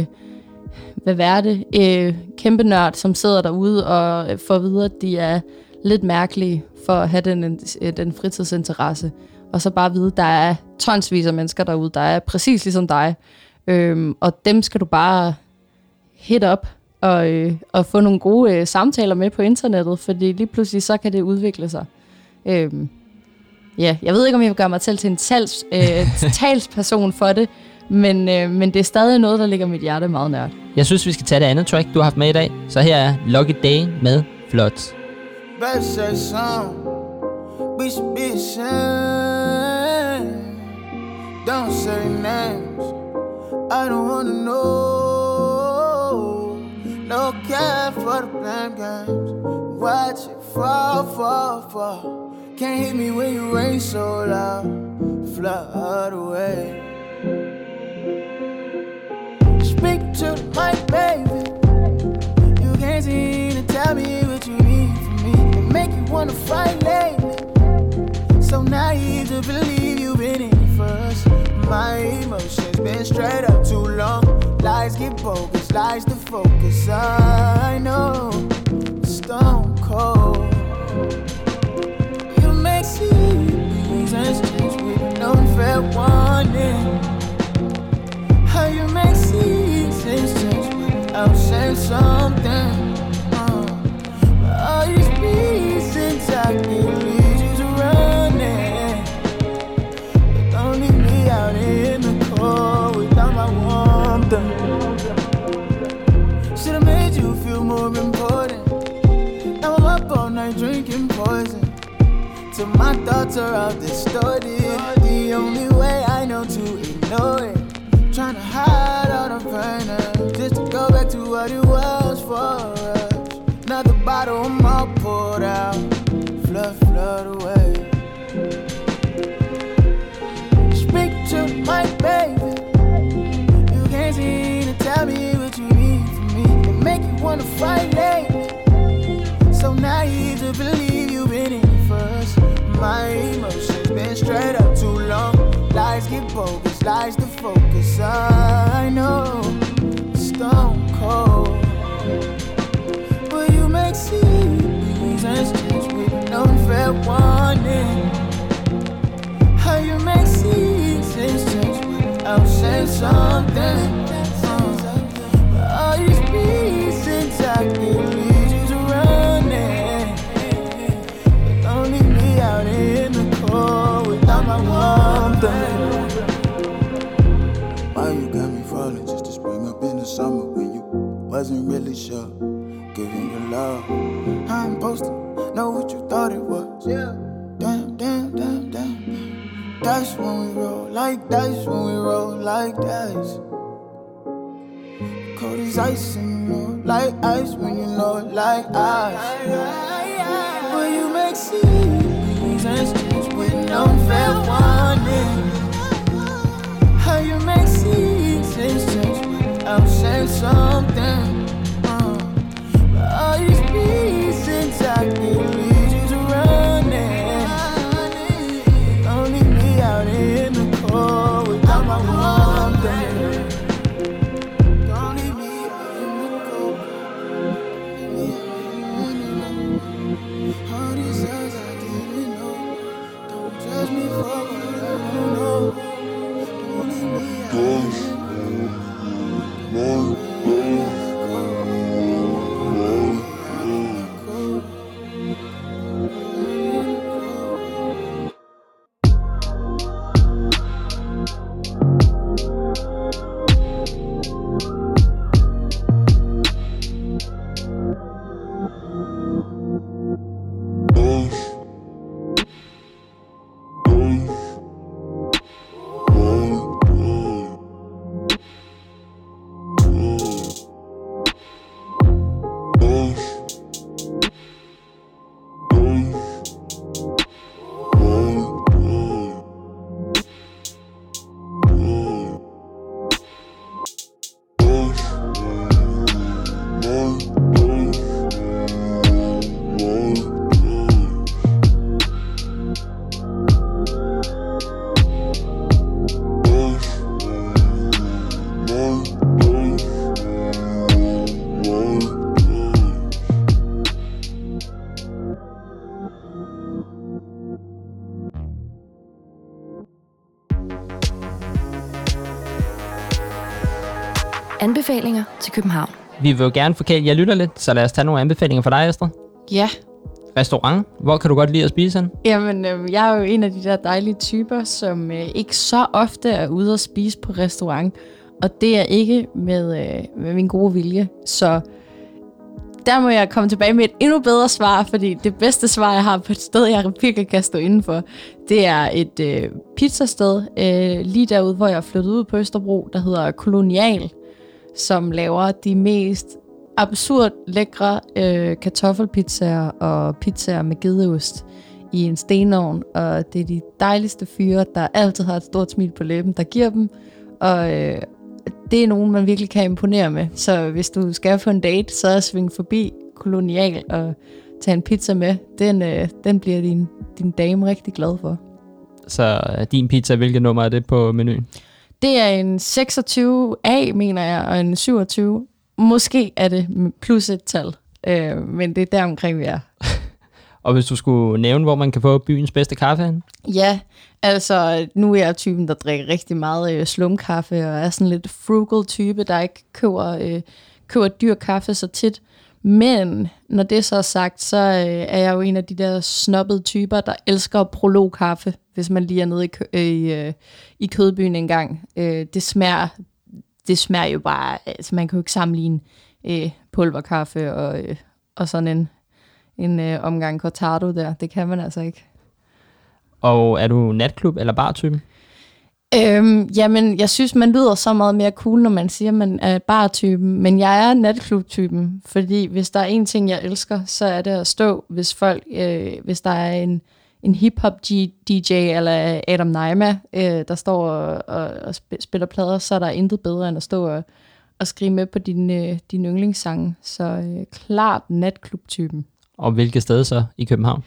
kæmpe nørd, som sidder derude og får videre, at de er lidt mærkelige for at have den fritidsinteresse. Og så bare vide, at der er tonsvis af mennesker derude, der er præcis ligesom dig. Og dem skal du bare hit op og få nogle gode samtaler med på internettet, fordi lige pludselig så kan det udvikle sig. Jeg ved ikke, om jeg vil gøre mig selv til en talsperson for det, men det er stadig noget, der ligger mit hjerte meget nært. Jeg synes, vi skal tage det andet track, du har haft med i dag. Så her er Lucky Day med Floods. Better say something. We should be ashamed. Don't say names. I don't wanna know. No care for the blame games. Watch it fall, fall, fall. Can't hit me when you rain so loud. Flood away. Speak to the mic, baby. You can't seem to tell me what you need from me. It make you wanna fight lately. So naive to believe you've been in it first. My emotions been straight up too long. Lies get bogus, lies to focus. I know, stone cold. You make seasons change with no fair warning. How you make seasons change without saying something. All these reasons I can lead you to running, but don't leave me out in the cold without my warmth. Should've made you feel more important. Now I'm up all night drinking poison till my thoughts are all distorted. The only way I know to ignore it, trying to hide all the pain, just to go back to what it was for us. Another bottle, I'm all poured out. Flood, flood away. Speak to my baby. You can't seem to tell me what you need from me. It make you wanna fight lately. So naive to believe you've been in it first. My emotions been straight up too long. Lies get bogus, lies to focus. I know, stone cold. But you make seasons change with no fair warning. How you make seasons change without saying something. All these reasons I can lead you to running, but don't leave me out in the cold without my warmth. Why you got me falling just to spring up in the summer when you wasn't really sure? Giving you love, I'm supposed to know what you thought it was. Yeah. Damn, damn, damn, damn. That's when we roll like dice, when we roll like dice. Cold as ice and you know like ice when you know like ice. But you make seasons change with no fair warning. How you make seasons change without saying something. All these reasons I can lead you to running, don't leave me out in the cold without my warmth. Don't leave me out in the cold. All these years I didn't know. Don't judge me for what I don't know. Don't leave me out in the cold. Anbefalinger til København. Vi vil jo gerne forkæle jer lytter lidt, så lad os tage nogle anbefalinger for dig, Astrid. Ja. Restaurant. Hvor kan du godt lide at spise hen? Jamen, jeg er jo en af de der dejlige typer, som ikke så ofte er ude at spise på restaurant. og det er ikke med min gode vilje. Så der må jeg komme tilbage med et endnu bedre svar, fordi det bedste svar, jeg har på et sted, jeg virkelig kan stå indenfor, det er et pizzasted lige derude, hvor jeg er flyttet ud på Østerbro, der hedder Kolonial, som laver de mest absurd lækre kartoffelpizzaer og pizzaer med gedeost i en stenovn, og det er de dejligste fyre, der altid har et stort smil på læben, der giver dem, og det er nogen, man virkelig kan imponere med. Så hvis du skal på en date, så sving forbi Kolonial og tage en pizza med. Den bliver din dame rigtig glad for. Så din pizza, hvilket nummer er det på menuen? Det er en 26A, mener jeg, og en 27. Måske er det plus et tal, men det er der omkring, vi er. Og hvis du skulle nævne, hvor man kan få byens bedste kaffe hen? Ja, altså nu er jeg typen, der drikker rigtig meget slumkaffe, og er sådan lidt frugal type, der ikke køber dyr kaffe så tit. Men når det så er sagt, så er jeg jo en af de der snobbede typer, der elsker prolog-kaffe, hvis man lige er nede i Kødbyen en gang. Det smager jo bare, altså man kan jo ikke sammenligne pulverkaffe og sådan en omgang cortado der. Det kan man altså ikke. Og er du natklub- eller bartypen? Jamen, jeg synes, man lyder så meget mere cool, når man siger, at man er bartypen. Men jeg er natklub-typen, fordi hvis der er en ting, jeg elsker, så er det at stå, hvis der er en hip-hop-DJ eller Adam Naima, der står og spiller plader, så er der intet bedre end at stå og skrive med på din yndlingssange. Så klart natklub-typen. Og hvilket sted så i København?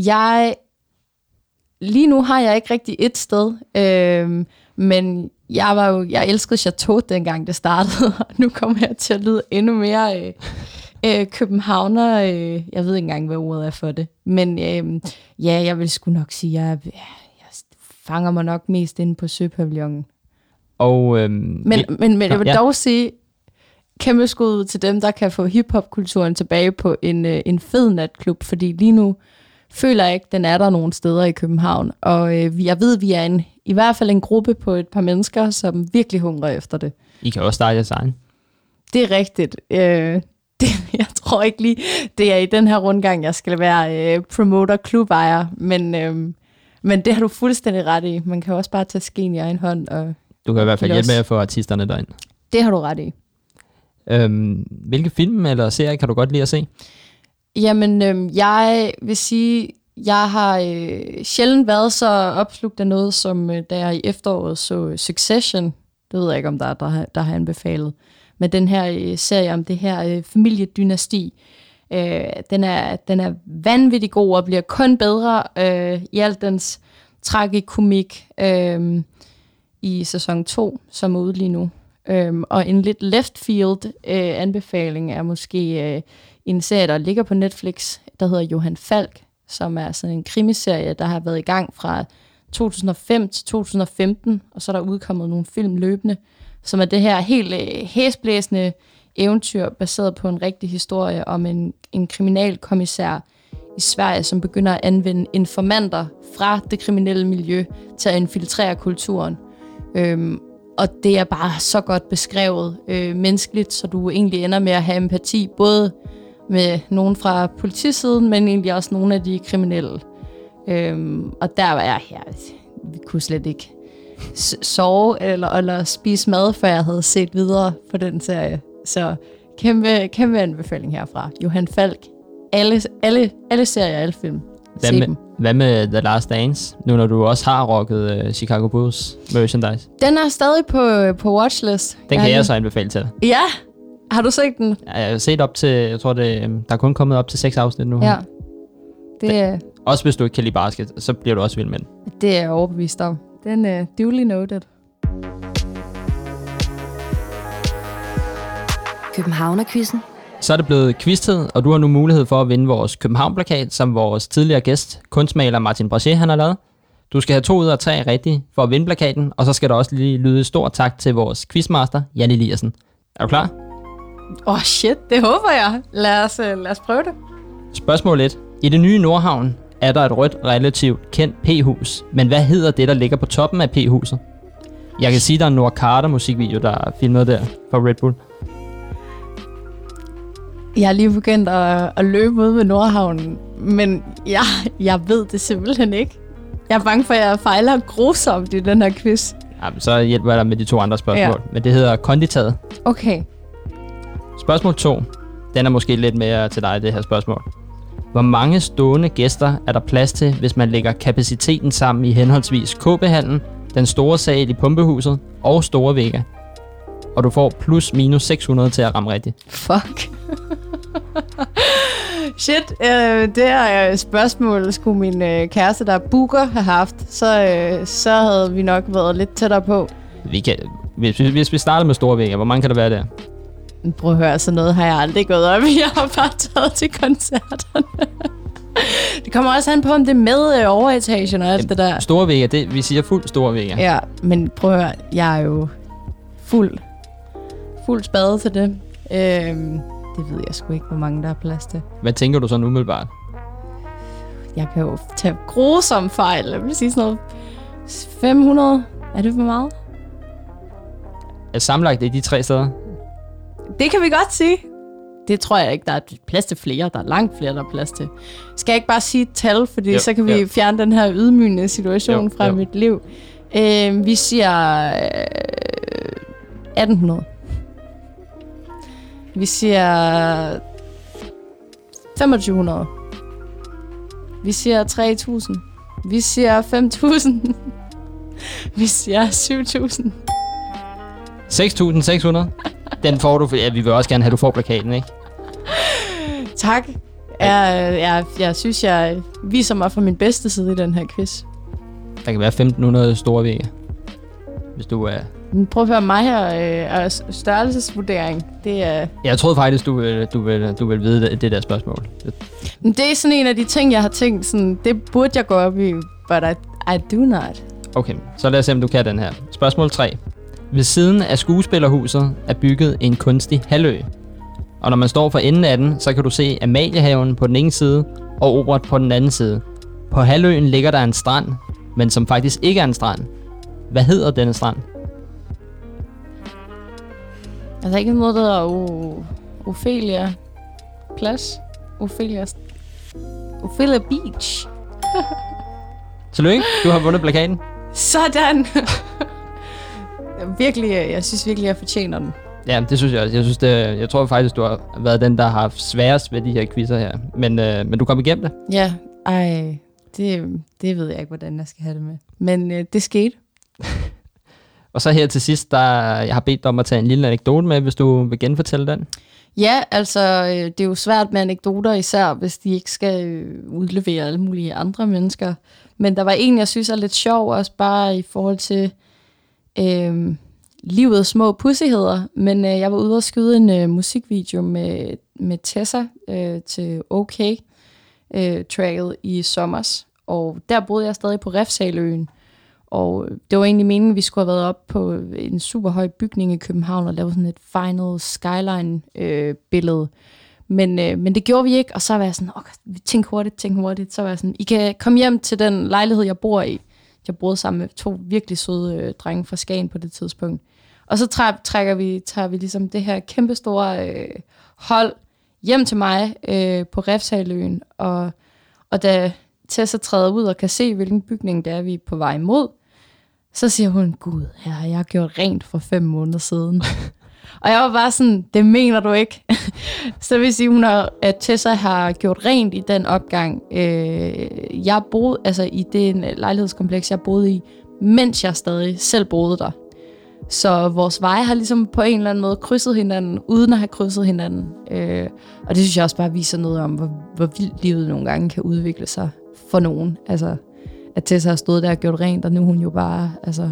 Lige nu har jeg ikke rigtig et sted, men jeg elskede Chateau dengang det startede, og nu kommer jeg til at lyde endnu mere københavner. Jeg ved ikke engang, hvad ordet er for det. Men jeg vil sgu nok sige, jeg fanger mig nok mest inde på Søpavillonen. Men jeg vil dog sige, kæmpe skud til dem, der kan få hiphop-kulturen tilbage på en fed natklub, fordi lige nu føler jeg ikke, den er der nogle steder i København. Og jeg ved, vi er i hvert fald en gruppe på et par mennesker, som virkelig hungrer efter det. I kan også starte jeres egen. Det er rigtigt. Jeg tror ikke lige, det er i den her rundgang, jeg skal være promoter-klubejer. Men det har du fuldstændig ret i. Man kan også bare tage skeen i egen hånd. Og du kan i hvert fald hjælpe med at få artisterne derind. Det har du ret i. Hvilke film eller serier kan du godt lide at se? Jamen, jeg vil sige, jeg har sjældent været så opslugt af noget, som da jeg i efteråret så Succession. Det ved jeg ikke, om der har anbefalet. Men den her serie om det her familiedynasti, den er vanvittig god og bliver kun bedre i al dens tragikomik i sæson 2, som er ude lige nu. Og en lidt left field anbefaling er måske en serie, der ligger på Netflix, der hedder Johan Falk, som er sådan en krimiserie, der har været i gang fra 2005 til 2015, og så er der udkommet nogle film løbende, som er det her helt hæsblæsende eventyr, baseret på en rigtig historie om en kriminalkommissær i Sverige, som begynder at anvende informanter fra det kriminelle miljø til at infiltrere kulturen. Og det er bare så godt beskrevet menneskeligt, så du egentlig ender med at have empati, både med nogen fra politisiden, men egentlig også nogle af de kriminelle. Og der var jeg her. Vi kunne slet ikke sove eller spise mad, før jeg havde set videre på den serie. Så kæmpe anbefaling herfra. Johan Falk. Alle serier, alle film. Hvad med The Last Dance, nu når du også har rocket Chicago Bulls merchandise? Den er stadig på watchlist. Den kan jeg så anbefale til dig. Ja, har du set den? Ja, jeg har set op til, jeg tror der er kun kommet op til 6 afsnit nu. Ja. Det også hvis du ikke kan lide basket, så bliver du også vild med den. Det er jeg overbevist om. Den er duly noted. Københavner-quizzen. Så er det blevet quiztid, og du har nu mulighed for at vinde vores København-plakat, som vores tidligere gæst, kunstmaler Martin Brachet, han har lavet. Du skal have 2 ud af 3 rigtige for at vinde plakaten, og så skal der også lige lyde et stort tak til vores quizmaster, Jan Eliassen. Er du klar? Shit, det håber jeg. Lad os prøve det. Spørgsmål 1. I det nye Nordhavn er der et rødt, relativt kendt P-hus. Men hvad hedder det, der ligger på toppen af P-huset? Jeg kan sige, der er en Noah Carter musikvideo, der er filmet der for Red Bull. Jeg er lige begyndt at løbe ud ved Nordhavnen, men jeg ved det simpelthen ikke. Jeg er bange for, at jeg fejler grusomt i den her quiz. Jamen, så hjælper jeg dig med de 2 andre spørgsmål. Ja. Men det hedder konditaget. Okay. Spørgsmål 2. Den er måske lidt mere til dig, det her spørgsmål. Hvor mange stående gæster er der plads til, hvis man lægger kapaciteten sammen i henholdsvis KB-hallen, den store sal i Pumpehuset og Store Vega? Og du får plus minus 600 til at ramme rigtigt. Fuck. Shit, det her spørgsmål skulle min kæreste, der booker, have haft. Så havde vi nok været lidt tættere på. Hvis vi starter med Store Vega, hvor mange kan der være der? Prøv at høre, sådan noget har jeg aldrig gået op i. Jeg har bare taget til koncerterne. Det kommer også an på, om det er med overetagen og alt det der. Store Vega, vi siger fuld Store Vega. Ja, men prøv at høre, jeg er jo fuld spade til det. Det ved jeg sgu ikke, hvor mange der er plads til. Hvad tænker du sådan umiddelbart? Jeg kan jo tage grusom fejl. Jeg vil sige sådan noget 500. Er det for meget? Er sammenlagt i de 3 steder? Det kan vi godt sige. Det tror jeg ikke, der er plads til flere. Der er langt flere, der er plads til. Skal jeg ikke bare sige et tal, fordi jo, så kan vi fjerne den her ydmygende situation fra mit liv. Vi siger 1800. Vi siger 2500. Vi siger 3000. Vi siger 5000. Vi siger 7000. 6.600. Den får du, for vi vil også gerne have, at du får plakaten, ikke? Tak. Jeg synes, jeg viser mig fra min bedste side i den her quiz. Der kan være 1.500 store vægge, hvis du er... Prøv at høre mig her, og størrelsesvurdering, det er... Jeg troede faktisk, du vil vide det der spørgsmål. Men det er sådan en af de ting, jeg har tænkt, sådan, det burde jeg gå op i, but I do not. Okay, så lad os se, om du kan den her. Spørgsmål 3. Ved siden af skuespillerhuset er bygget en kunstig halvø. Og når man står for enden af den, så kan du se Amaliehaven på den ene side og Operet på den anden side. På halvøen ligger der en strand, men som faktisk ikke er en strand. Hvad hedder denne strand? Altså ikke noget, der hedder Ophelia Plads. Ophelia Beach. Tillykke, du har vundet plakaten. Sådan! Virkelig, jeg synes virkelig, jeg fortjener den. Ja, det synes jeg også. Jeg tror faktisk, du har været den, der har haft sværest ved de her quizzer her. Men du kom igennem det. Ja, det ved jeg ikke, hvordan jeg skal have det med. Men det skete. Og så her til sidst, jeg har bedt dig om at tage en lille anekdote med, hvis du vil genfortælle den. Ja, altså, det er jo svært med anekdoter, især hvis de ikke skal udlevere alle mulige andre mennesker. Men der var en, jeg synes er lidt sjov, også bare i forhold til livets små pussigheder. Men jeg var ude og skyde en musikvideo med Tessa til OK tracket i sommers. Og der boede jeg stadig på Refshaløen. Og det var egentlig meningen, at vi skulle have været op på en super høj bygning i København og lave sådan et final skyline-billede. Men det gjorde vi ikke, og så var jeg sådan, tænk hurtigt. Så var jeg sådan, I kan komme hjem til den lejlighed, jeg bor i. Jeg boede sammen med 2 virkelig søde drenge fra Skagen på det tidspunkt. Og så tager vi ligesom det her kæmpestore hold hjem til mig på Refshaløen. Og da Tessa træder ud og kan se, hvilken bygning det er, vi er på vej imod, så siger hun, Gud, jeg har gjort rent for 5 måneder siden. Og jeg var bare sådan, det mener du ikke. Så det vil sige, at Tessa har gjort rent i den opgang. Jeg boede i det lejlighedskompleks, jeg boede i, mens jeg stadig selv boede der. Så vores veje har ligesom på en eller anden måde krydset hinanden, uden at have krydset hinanden. Og det synes jeg også bare viser noget om, hvor vildt livet nogle gange kan udvikle sig for nogen. Altså, at Tessa har stået der og gjort rent, og nu er hun jo bare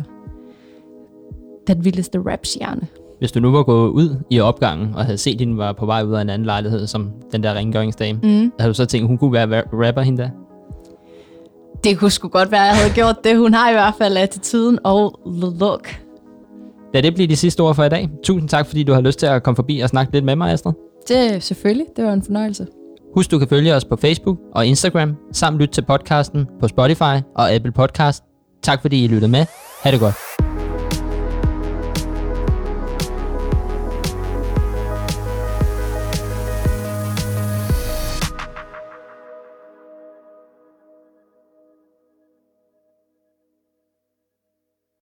den vildeste rapstjerne. Hvis du nu var gået ud i opgangen, og havde set, at hende var på vej ud af en anden lejlighed, som den der rengøringsdame, havde du så tænkt, at hun kunne være rapper, hende der? Det kunne sgu godt være, at jeg havde gjort det. Hun har i hvert fald attituden og look. Lad det blive de sidste ord for i dag. Tusind tak, fordi du har lyst til at komme forbi og snakke lidt med mig, Astrid. Det selvfølgelig. Det var en fornøjelse. Husk, du kan følge os på Facebook og Instagram, samt lytte til podcasten på Spotify og Apple Podcast. Tak fordi I lyttede med. Ha' det godt.